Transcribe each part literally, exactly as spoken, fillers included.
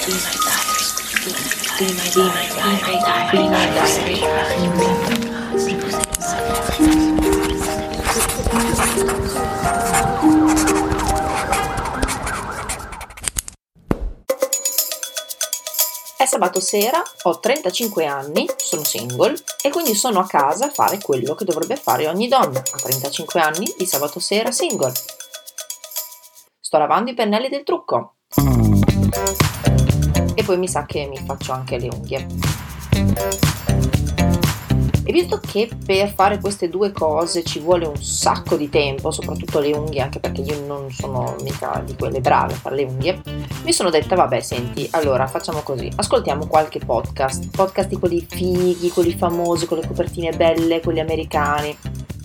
È sabato sera, ho trentacinque anni, sono single e quindi sono a casa a fare quello che dovrebbe fare ogni donna a trentacinque anni di sabato sera single. Sto lavando i pennelli del trucco e poi mi sa che mi faccio anche le unghie. E visto che per fare queste due cose ci vuole un sacco di tempo, soprattutto le unghie, anche perché io non sono mica di quelle brave a fare le unghie, mi sono detta vabbè senti, allora facciamo così, ascoltiamo qualche podcast, podcast di quelli fighi, quelli famosi, con le copertine belle, quelli americani.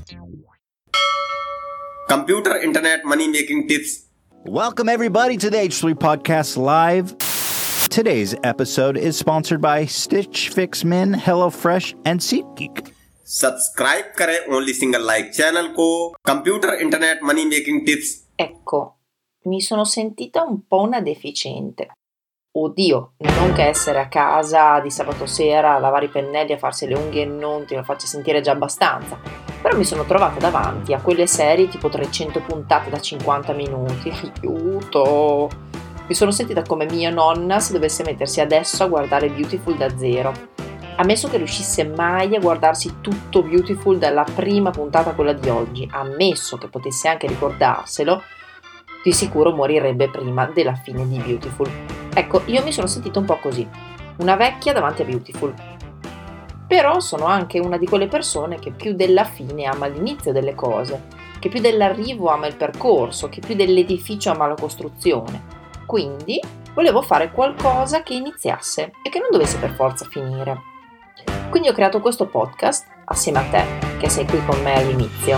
Computer, internet, money making tips. Welcome everybody to the H three Podcast Live. Today's episode is sponsored by Stitch Fix Men, HelloFresh and SeatGeek. सब्सक्राइब करें ओनली सिंगल लाइक चैनल को कंप्यूटर इंटरनेट मनी मेकिंग टिप्स. Ecco, mi sono sentita un po' una deficiente. Oddio, non che essere a casa di sabato sera a lavare i pennelli, a farsi le unghie non ti lo faccia sentire già abbastanza, però mi sono trovata davanti a quelle serie tipo trecento puntate da cinquanta minuti. Aiuto! Mi sono sentita come mia nonna se dovesse mettersi adesso a guardare Beautiful da zero. Ammesso che riuscisse mai a guardarsi tutto Beautiful dalla prima puntata a quella di oggi, ammesso che potesse anche ricordarselo, di sicuro morirebbe prima della fine di Beautiful. Ecco, io mi sono sentita un po' così, una vecchia davanti a Beautiful. Però sono anche una di quelle persone che più della fine ama l'inizio delle cose, che più dell'arrivo ama il percorso, che più dell'edificio ama la costruzione. Quindi volevo fare qualcosa che iniziasse e che non dovesse per forza finire. Quindi ho creato questo podcast assieme a te, che sei qui con me all'inizio.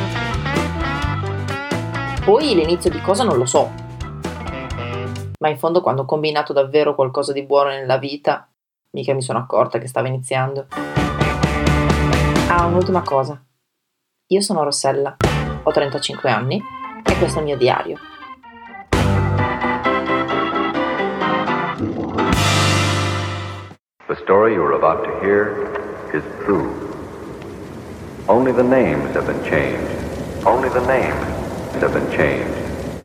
Poi l'inizio di cosa non lo so, ma in fondo quando ho combinato davvero qualcosa di buono nella vita, mica mi sono accorta che stava iniziando. Ah, un'ultima cosa. Io sono Rossella, ho trentacinque anni e questo è il mio diario. The story you are about to hear is true. Only the names have been changed. Only the names have been changed.